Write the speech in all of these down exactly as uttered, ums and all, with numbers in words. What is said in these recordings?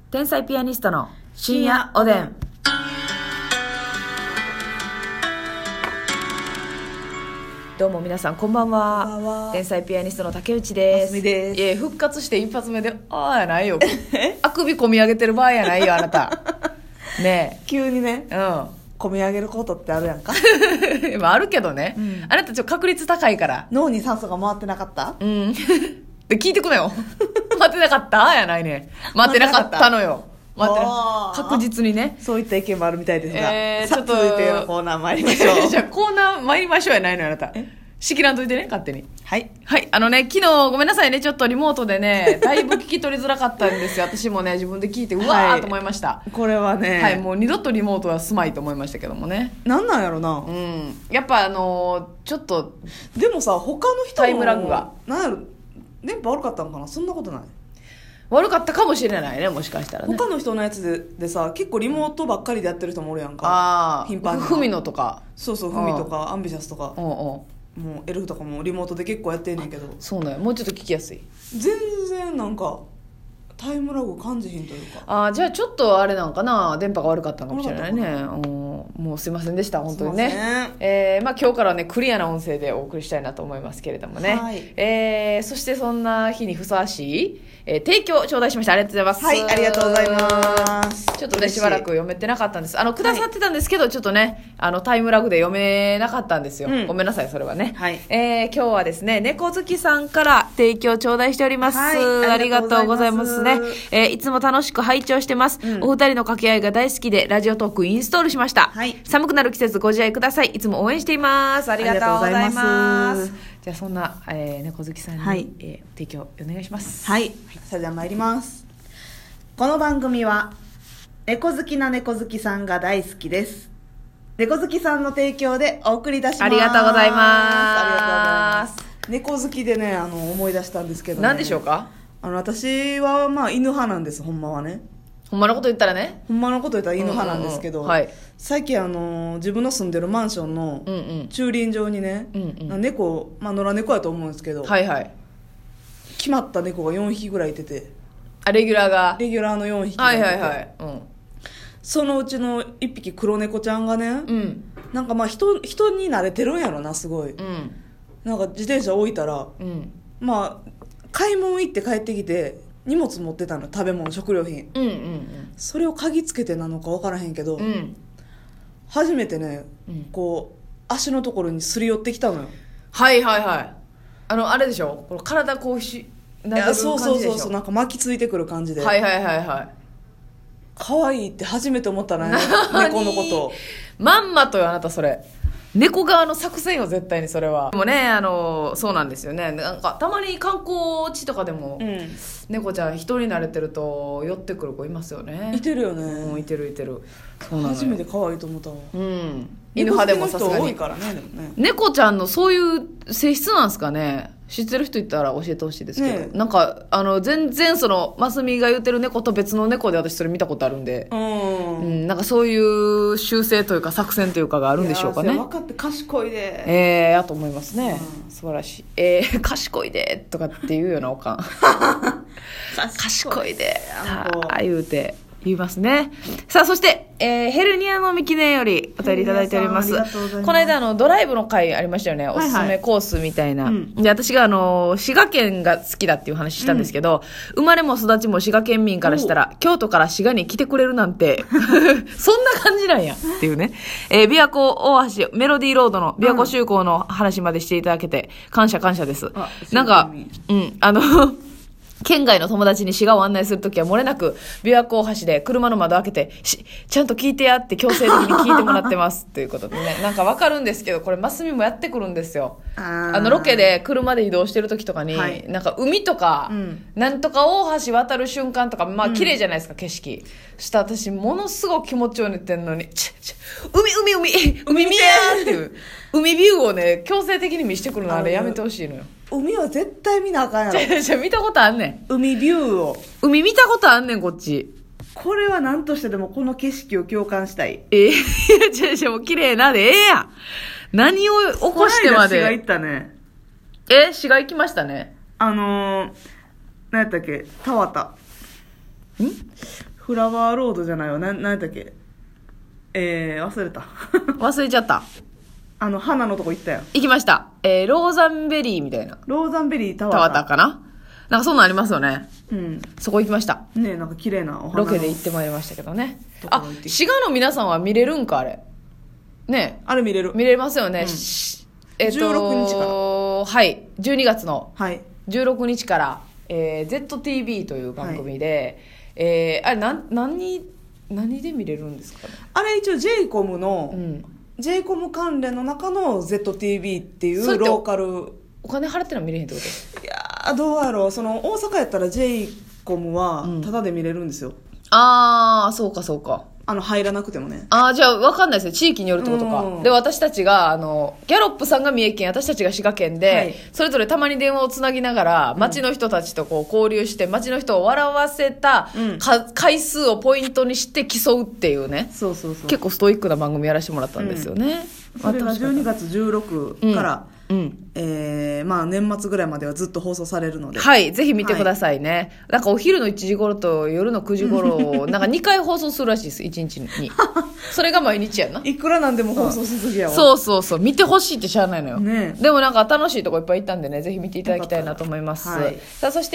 天才ピアニストの深夜おでん。どうも皆さんこんばんは。 こんばんは。 天才ピアニストの竹内です。 ますみです。 いや復活して一発目でああやないよあくび込み上げてる場合やないよあなたね急にねえうん込み上げることってあるやんかまああるけどね、うん、あなたちょっと確率高いから脳に酸素が回ってなかったうんで聞いてくなよ待ってなかったやないね待ってなかったのよ待ってな確実にねそういった意見もあるみたいですが、 えー、ちょっと続いてコーナー参りましょうじゃあコーナー参りましょうやないのよあなた仕切らんといてね勝手にはいはいあのね昨日ごめんなさいねちょっとリモートでねだいぶ聞き取りづらかったんですよ私もね自分で聞いてうわーと思いました、はい、 これはねはいもう二度とリモートはすまいと思いましたけどもねなんなんやろなうんやっぱあのー、ちょっとでもさ他の人もタイムラグがなんやろ電波悪かったのかなそんなことない悪かったかもしれないねもしかしたらね他の人のやつ で, でさ結構リモートばっかりでやってる人もおるやんかああ頻繁にふみのとかそうそうふみとかアンビシャスとかおうおうもうエルフとかもリモートで結構やってんねんけどそうねもうちょっと聞きやすい全然なんかタイムラグ感じひんというかあじゃあちょっとあれなんかな電波が悪かったのかもしれないねもうすいませんでした本当にね、えーまあ、今日からはねクリアな音声でお送りしたいなと思いますけれどもね、 はいえー、そしてそんな日にふさわしい、えー、提供頂戴しましたありがとうございます。 はいありがとうございますちょっとねしばらく読めてなかったんですあのくださってたんですけど、はい、ちょっとねあのタイムラグで読めなかったんですよ、うん、ごめんなさいそれはね、はいえー、今日はですね猫好きさんから提供頂戴しております、はい、ありがとうございますね、えー、いつも楽しく拝聴してます、うん、お二人の掛け合いが大好きでラジオトークインストールしました、はい、寒くなる季節ご自愛くださいいつも応援していますありがとうございますじゃあそんな、えー、猫好きさんに、はいえー、提供お願いしますはい、はい、それでは参りますこの番組は猫好きな猫好きさんが大好きです猫好きさんの提供でお送りいたしますありがとうございますありがとうございます猫好きでねあの思い出したんですけど、ね、 何でしょうかあの私はまあ犬派なんですほんまはねほんまのこと言ったらねほんまのこと言ったら犬派なんですけど、うんうんうんはい、最近あの自分の住んでるマンションの駐輪場にね、うんうん、猫、まあ、野良猫やと思うんですけど、 はいはい、 決まった猫がよんひきぐらいいててあレギュラーがレギュラーのよんひきがいてて、はいはいはいうん、 そのうちのいっぴき黒猫ちゃんがね、うん、なんかまあ 人, 人に慣れてるんやろなすごい、うん、なんか自転車置いたら、うん、まあ買い物行って帰ってきて荷物持ってたの食べ物食料品、うんうんうん、それを鍵つけてなのか分からへんけど、うん、初めてね、うん、こう足のところにすり寄ってきたのよはいはいはいあのあれでしょこの体こうしいやそうそうそうそうなんか巻きついてくる感じではいはいはいはい可愛いって初めて思ったね猫のことまんまとよあなたそれ猫側の作戦よ絶対にそれはでもねあのそうなんですよねなんかたまに観光地とかでも、うん、猫ちゃん人に慣れてると寄ってくる子いますよねいてるよね、 うん、いてるいてるそうなの初めて可愛いと思ったわ、 うん、犬派でもさすがに多いからねでもね猫ちゃんのそういう性質なんですかね知ってる人いたら教えてほしいですけど、ね、なんかあの全然そのマスミが言ってる猫と別の猫で私それ見たことあるんで、うんうん、なんかそういう習性というか作戦というかがあるんでしょうかね分かって賢いでええー、やと思いますね、うん、素晴らしいえー、賢いでとかっていうようなおかん賢いでああ言うて言いますね。さあそして、えー、ヘルニアのミキネよりお便りいただいております。この間あのドライブの回ありましたよね、おすすめコースみたいな、はいはいうん、で私があの滋賀県が好きだっていう話したんですけど、うん、生まれも育ちも滋賀県民からしたら京都から滋賀に来てくれるなんてそんな感じなんやっていうね、えー、琵琶湖大橋メロディーロードの琵琶湖修行の話までしていただけて感謝感謝です、うん、なんかうんあの県外の友達に滋賀を案内するときは漏れなく琵琶湖大橋で車の窓開けてしちゃんと聞いてやって強制的に聞いてもらってますということでねなんかわかるんですけどこれマスミもやってくるんですよああのロケで車で移動してる時とかに、はい、なんか海とか、うん、なんとか大橋渡る瞬間とかまあ綺麗じゃないですか、うん、景色そしたら私ものすごく気持ちを寝てんのにちち海海海海見てやっていう海ビューをね強制的に見せてくるのあれやめてほしいのよ海は絶対見なあかんやろじゃじゃ見たことあんねん海ビューを海見たことあんねんこっちこれは何としてでもこの景色を共感したいえー、じゃじゃもう綺麗なでええやん何を起こしてまで滋賀行ったねえ滋賀行きましたねあのー、何やったっけ田畑んフラワーロードじゃないわ、な何やったっけ、えー、忘れた忘れちゃった。 あの花のとこ行ったよ。 行きました。えー、ローザンベリーみたいな。 ローザンベリータワータワタかな、なんかそんなんありますよね。 うん。 そこ行きました。 ねえ、なんか綺麗なお花ロケで行ってまいりましたけどね。あ、滋賀の皆さんは見れるんか、あれ。ねあれ見れる。 見れますよね。うん、えっ、ー、とじゅうろくにちから。 はい。じゅうにがつのじゅうろくにちから、 はい、 えー、ゼットティービー という番組で、はい、えー、あれ、なん、何、何で見れるんですかね。 あれ一応 ジェイコム の、 うん、 ジェイコム 関連の中の ゼットティービー っていうローカル。 お金払ってのは見れへんってこと？ いやー、どうやろう。その大阪やったら ジェイコム はタダで見れるんですよ。うん、 ああ、そうかそうか。 あの入らなくてもね。 ああ、じゃあ分かんないですね。地域によるってことか。 うん、 で、私たちが、あの、ギャロップさんが三重県、私たちが滋賀県で、はい、それぞれたまに電話をつなぎながら、街の人たちとこう交流して、街の人を笑わせた、うん、か回数をポイントにして競うっていうね。 そうそうそう。 結構ストイックな番組やらせてもらったんですよね。 うん、それがじゅうにがつじゅうろくから、うんうん、えー、まあ年末ぐらいまではずっと放送されるので、 はい、ぜひ見てくださいね、はい、なんかお昼のいちじ頃と夜のくじ頃なんかにかい放送するらしいです、いちにちにそれが毎日やな。 いくらなんでも放送しすぎやわ、 うん、そうそうそう、見てほしいってしゃあないのよ、 ね、 でもなんか楽しいとこいっぱい行ったんでね、ぜひ見ていただきたいなと思います、はい、さあそして、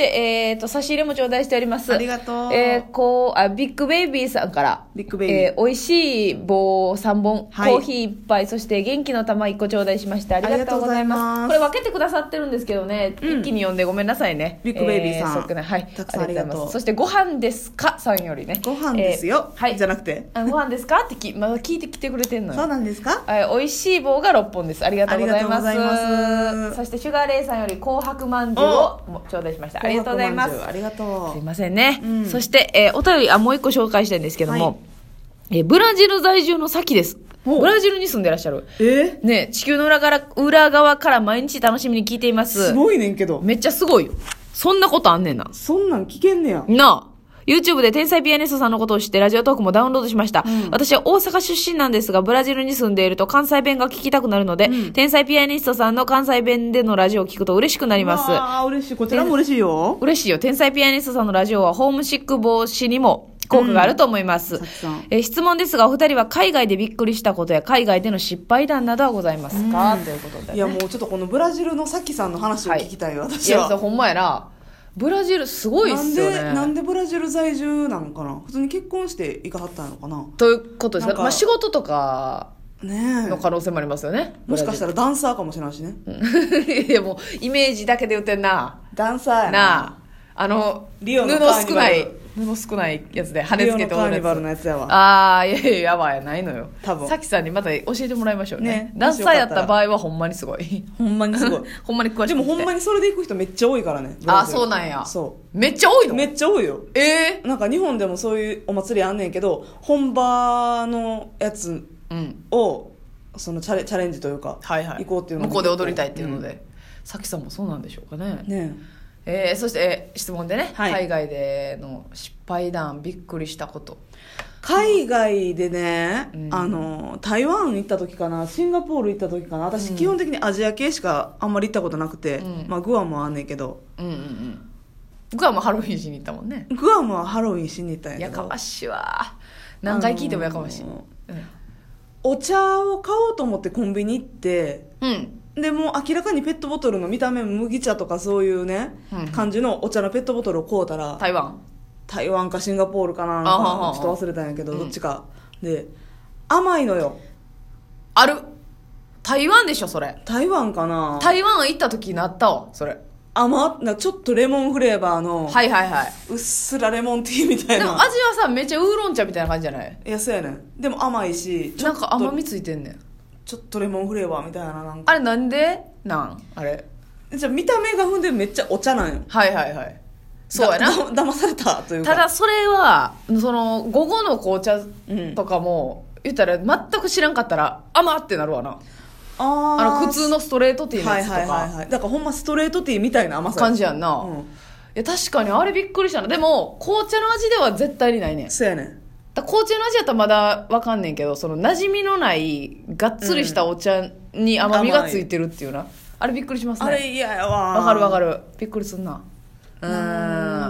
えー、と差し入れも頂戴しております。 ありがとう、 えー、こうあビッグベイビーさんからビッグベイビー、 えー、おいしい棒さんぼん、 はい、 コーヒーいっぱい、そして元気の玉いっこ頂戴しまして、ありがとうございます。これ分けてくださってるんですけどね、うん、一気に読んでごめんなさいね。 ビッグベイビーさん、えーね、はい、 たくさんありがとう。 そしてご飯ですかさんよりね、 ご飯ですよ、 えー、はい、 じゃなくてあご飯ですかってきまだ聞いてきてくれてんのよ。 そうなんですか。 えー、おいしい棒がろっぽんです。ありがとうございます。 ありがとうございます。 そしてシュガーレイさんより紅白まんじゅうをも頂戴しました。ありがとうございます。 ありがとう。 すいませんね、うん、そして、えー、お便りあもう一個紹介したいんですけども、はい、えー、ブラジル在住のサキです。ブラジルに住んでらっしゃる。 えー、 ね、地球の裏から、裏側から毎日楽しみに聞いています。 すごいねんけど。 めっちゃすごいよ。そんなことあんねんな。 そんなん聞けんねや。 なあ。YouTube で天才ピアニストさんのことを知ってラジオトークもダウンロードしました。うん、私は大阪出身なんですが、ブラジルに住んでいると関西弁が聞きたくなるので、うん、天才ピアニストさんの関西弁でのラジオを聞くと嬉しくなります。 ああ、嬉しい。こちらも嬉しいよ。 嬉しいよ。天才ピアニストさんのラジオはホームシック防止にも効果があると思います、うん、え質問ですが、お二人は海外でびっくりしたことや海外での失敗談などはございますか、うん、ということで、ね、 いやもうちょっとこのブラジルのさきさんの話を聞きたいよ、はい、私は。 いやほんまやな、ブラジルすごいっすよね。 なんで、なんでブラジル在住なのかな。普通に結婚して行かはったのかなということですか。まあ、仕事とかの可能性もありますよね。 もしかしたらダンサーかもしれないしね。 いやもうイメージだけで言ってんな。 ダンサーやな。 なあ、あのリオの布少ない布少ないやつで羽つけて踊るやつ。リオのカーニバルのやつやわ。ああ、いやいややばいないのよ。多分さきさんにまた教えてもらいましょうね。ね、ダンサーやった場合はほんまにすごい。 ほんまにすごい。 ほんまに詳しい。 でもほんまにそれで行く人めっちゃ多いからね。 ああ、そうなんや。 そう。 めっちゃ多いの？ めっちゃ多いよ。 ええー。 なんか日本でもそういうお祭りあんねんけど、本場のやつを、うん、そのチャレチャレンジというか、はいはい、行こうっていうの向こうで踊りたいっていうので、さきさんもそうなんでしょうかね。 ねえー、そして、えー、質問でね、はい、海外での失敗談びっくりしたこと。 海外でね、うん、あの台湾行った時かな、シンガポール行った時かな、私、うん、基本的にアジア系しかあんまり行ったことなくて、うん、まあ、グアムはあんねんけど、 うんうんうん、グアムハロウィンしに行ったもんね。 グアムはハロウィンしに行ったんやけど、 やかましいわ、何回聞いてもやかましい、あのーうん、 お茶を買おうと思ってコンビニ行って、うんでもう明らかにペットボトルの見た目麦茶とかそういうね、うん、感じのお茶のペットボトルを買うたら、 台湾台湾かシンガポールかな、なんかちょっと忘れたんやけど、うん、どっちかで甘いのよ。 ある台湾でしょそれ。 台湾かな。 台湾行った時になったわそれ。 甘なちょっとレモンフレーバーの、 はいはいはい、 うっすらレモンティーみたいな。 でも味はさめっちゃウーロン茶みたいな感じじゃない？ いやそうやねん。でも甘いしちょっとなんか甘みついてんねん。 ちょっとレモンフレーバーみたいな。なんかあれなんでなんあれじゃあ見た目がほんでめっちゃお茶なんよ。 はいはいはい、そうやな。 騙されたというか。 ただそれはその午後の紅茶とかも、うん、言ったら全く知らんかったら甘ってなるわな。ああの普通のストレートティーのやつとか、はいはいはいはい、 だからほんまストレートティーみたいな甘さ感じやんな、うん、いや確かにあれびっくりしたな。でも紅茶の味では絶対にないねん。 そうやねん。 だ紅茶の味やったらまだわかんねんけど、その馴染みのないがっつりしたお茶に甘みがついてるっていうな、うん、あれびっくりしますね。 あれ嫌やわ。 わかるわかる、びっくりすんな。うーん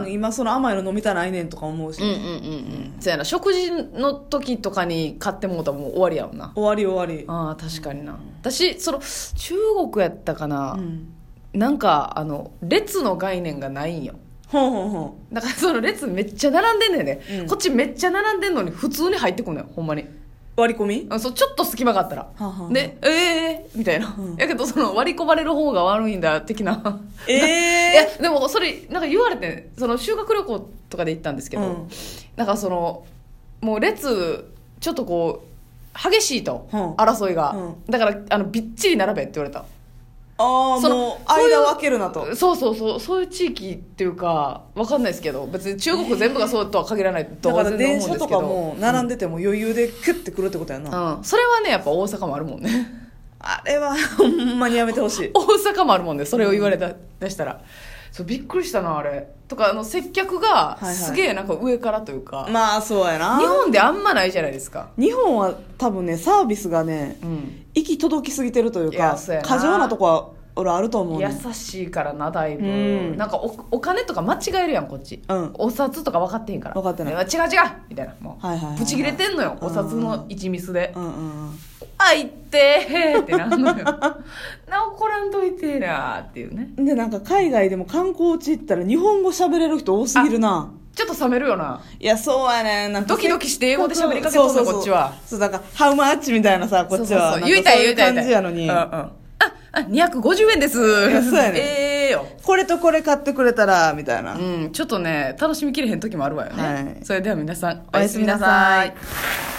ん今その甘いの飲みたないねんとか思うし、 うんうんうんうんそうやな食事の時とかに買ってもうたらもう終わりやもんな。 終わり終わり。 ああ確かにな、うん、私その中国やったかな、 うん、 なんかあの列の概念がないんよ。 ほうほうほうだからその列めっちゃ並んでんねんね、うん、こっちめっちゃ並んでんのに普通に入ってくんのよほんまに。 割り込みあそうちょっと隙間があったらはあ、はあ、でええー、みたいな、うん、やけどその割り込まれる方が悪いんだ的なええー、 いやでもそれなんか言われてその修学旅行とかで行ったんですけど、うん、なんかそのもう列ちょっとこう激しいと、うん、争いが、うん、だからあのびっちり並べって言われた。 ああもう間を空けるなと。 そうそうそうそういう地域っていうか分かんないですけど別に中国全部がそうとは限らないとは全然思うんですけど、だから電車とかも並んでても余裕でキュッてくるってことやな、 うん、それはねやっぱ大阪もあるもんねあれはほんまにやめてほしい。 大阪もあるもんねそれを言われた、うん、出したらそうびっくりしたなあれとかあの接客がすげえなんか上からというか、 はいはい、まあそうやな。 日本であんまないじゃないですか。 日本は多分ねサービスがね、うん、行き届きすぎてるというか過剰なとこは俺あると思う、ね、 優しいからなだいぶ、うん、なんか お, お金とか間違えるやんこっち、うん、お札とか分かってへんから分かってない、 違う違うみたいなもう、はいはいはいはい、ブチ切れてんのよお札の一ミスで、うんうんうん、あいってーってなんのよな怒らんといてーなーっていうね。 でなんか海外でも観光地行ったら日本語喋れる人多すぎるな。 ちょっと冷めるよな。 いやそうやねなんかドキドキして英語で喋りかけとんのこっちは。 そうだからハウマッチみたいなさこっちは言いたい言いたい感じやのに、うんうん、 ああにひゃくごじゅうえんです。そうやねええよこれとこれ買ってくれたらみたいな、 うん、ちょっとね楽しみきれへん時もあるわよね、 はい、 それでは皆さんおやすみなさい。